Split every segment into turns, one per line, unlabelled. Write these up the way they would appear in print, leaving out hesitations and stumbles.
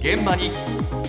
現場に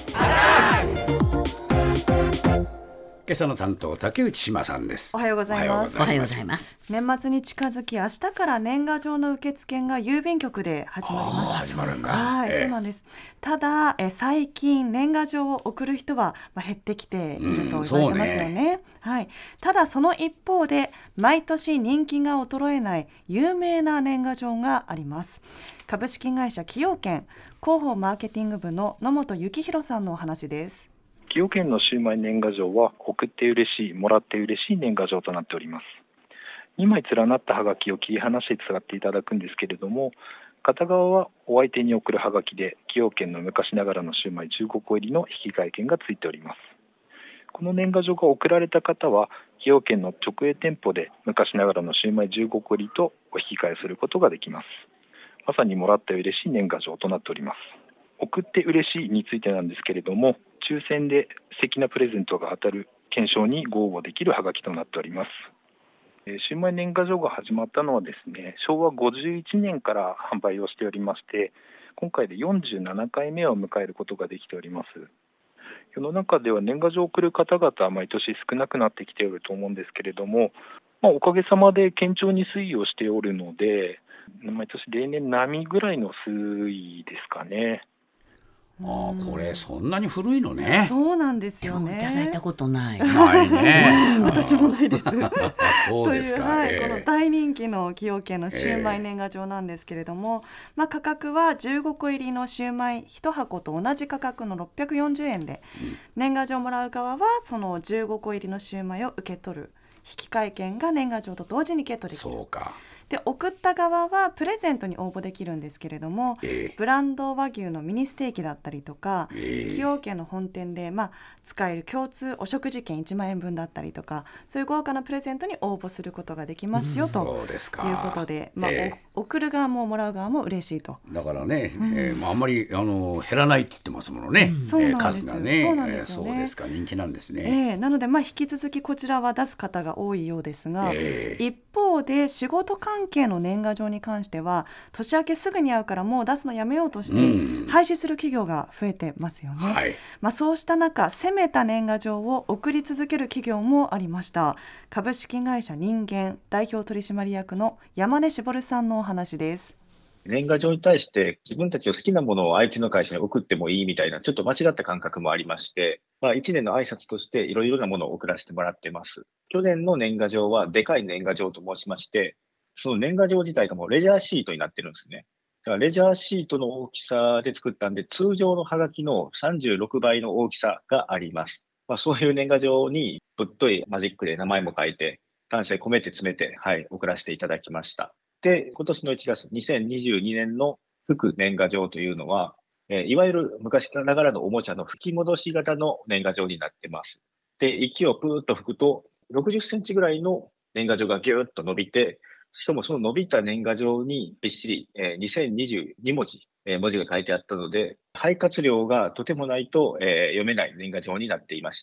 今朝の担当竹内志麻さんです。
おはようございます。
おはようございます。
年末に近づき、明日から年賀状の受付が郵便局で始まります。
始まるんだ。
はい、そうなんです。ただ最近年賀状を送る人は減ってきていると言われてますよね。はい。ただその一方で毎年人気が衰えない有名な年賀状があります。株式会社崎陽軒広報マーケティング部の野本幸弘さんのお話です。
崎陽軒のシウマイ年賀状は送って嬉しい、もらって嬉しい年賀状となっております。2枚連なったハガキを切り離して使っていただくんですけれども、片側はお相手に送るハガキで崎陽軒の昔ながらのシウマイ15個入りの引換券がついております。この年賀状が送られた方は崎陽軒の直営店舗で昔ながらのシウマイ15個入りとお引き換えすることができます。まさにもらって嬉しい年賀状となっております。送って嬉しいについてなんですけれども、抽選で素敵なプレゼントが当たる懸賞にご応募できるハガキとなっております。シウマイ年賀状が始まったのはですね、昭和51年から販売をしておりまして、今回で47回目を迎えることができております。世の中では年賀状を送る方々は毎年少なくなってきていると思うんですけれども、おかげさまで堅調に推移をしておるので、毎年例年並みぐらいの推移ですかね。
これそんなに古いのね。
そうなんですよね。
いただいたことない
ないね
私もないです
そうですか。
という、この大人気の崎陽軒のシウマイ年賀状なんですけれども、価格は15個入りのシウマイ1箱と同じ価格の640円で、年賀状をもらう側はその15個入りのシウマイを受け取る引換券が年賀状と同時にゲットできる。
そうか。
で、送った側はプレゼントに応募できるんですけれども、ブランド和牛のミニステーキだったりとか、崎陽軒の本店で使える共通お食事券1万円分だったりとか、そういう豪華なプレゼントに応募することができますよ、ということで、送る側ももらう側も嬉しいと。
だからね、あんまり減らないって言ってますものね、数がね。
そうなんですよね。
そうですか、人気なんですね。
なので引き続きこちらは出す方が多いようですが、一方で仕事関係の年賀状に関しては年明けすぐに会うからもう出すのやめようとして廃止する企業が増えてますよね。そうした中、攻めた年賀状を送り続ける企業もありました。株式会社人間代表取締役の山根絞さんのお話です。
年賀状に対して自分たちの好きなものを相手の会社に送ってもいいみたいなちょっと間違った感覚もありまして、1年の挨拶としていろいろなものを送らせてもらってます。去年の年賀状はでかい年賀状と申しまして、その年賀状自体がもうレジャーシートになってるんですね。だからレジャーシートの大きさで作ったんで、通常のハガキの36倍の大きさがあります。そういう年賀状にぶっといマジックで名前も書いて、感謝込めて詰めて、送らせていただきました。で、今年の1月、2022年の福年賀状というのは、いわゆる昔ながらのおもちゃの吹き戻し型の年賀状になってます。で、息をプーッと吹くと、60センチぐらいの年賀状がギューッと伸びて、しかもその伸びた年賀状にびっしり、2022文字、文字が書いてあったので、肺活量がとてもないと、読めない年賀状になっていました。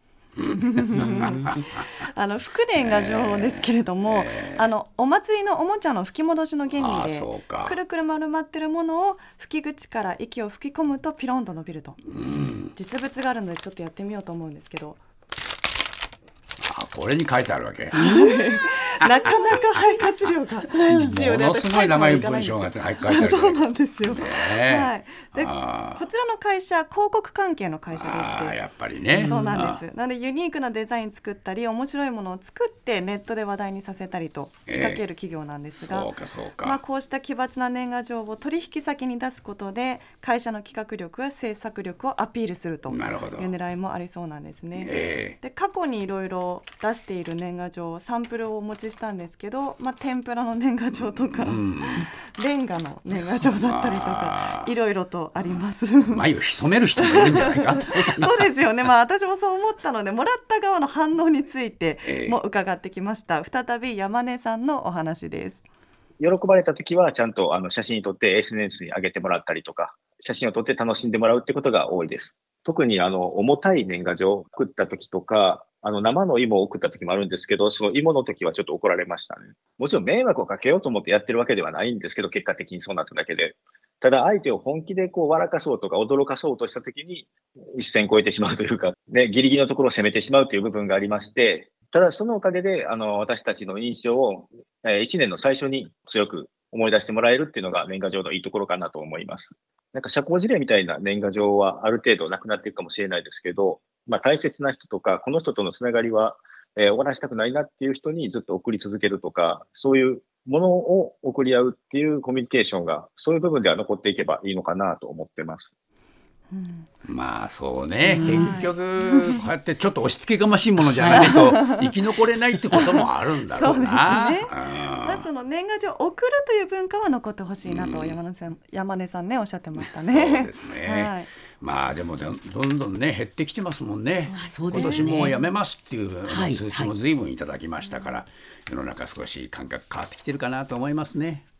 福年賀状ですけれども、お祭りのおもちゃの吹き戻しの原理でくるくる丸まってるものを吹き口から息を吹き込むとピロンと伸びると、実物があるのでちょっとやってみようと思うんですけど、
これに書いてあるわけ
なかなか肺活量が必要で、
ものすごい長い文章が書いてある。
そうなんですよ。で、こちらの会社広告関係の会社でして、
やっぱりね。
そうなんです。なのでユニークなデザイン作ったり面白いものを作ってネットで話題にさせたりと仕掛ける企業なんですが、こうした奇抜な年賀状を取引先に出すことで会社の企画力や制作力をアピールするという狙いもありそうなんですね。で、過去にいろいろ出している年賀状サンプルをお持ちしたんですけど、天ぷらの年賀状とか、レンガの年賀状だったりとかいろいろとあります
眉を潜める人もいるんじゃないかと
そうですよね。私もそう思ったので、もらった側の反応についても伺ってきました。再び山根さんのお話です。
喜ばれた時はちゃんと写真に撮って SNS に上げてもらったりとか、写真を撮って楽しんでもらうってことが多いです。特に重たい年賀状を送った時とか、生の芋を送った時もあるんですけど、その芋の時はちょっと怒られましたね。もちろん迷惑をかけようと思ってやってるわけではないんですけど、結果的にそうなっただけで。 ただ相手を本気で笑かそうとか驚かそうとしたときに一線越えてしまうというか、ね、ギリギリのところを攻めてしまうという部分がありまして、ただそのおかげで私たちの印象を1年の最初に強く思い出してもらえるっていうのが年賀状のいいところかなと思います。なんか社交辞令みたいな年賀状はある程度なくなっていくかもしれないですけど、大切な人とかこの人とのつながりは終わらせたくないなっていう人にずっと送り続けるとか、そういうものを送り合うっていうコミュニケーションがそういう部分では残っていけばいいのかなと思ってます。
まあそうね、結局こうやってちょっと押し付けがましいものじゃないと生き残れないってこともあるんだろうな。
そうですね。その年賀状を送るという文化は残ってほしいなと山根さんねおっしゃってましたね。
そうですね。まあでもどんどんね減ってきてますもんね。今年もうやめますっていう通知も随分いただきましたから、世の中少し感覚変わってきてるかなと思いますね。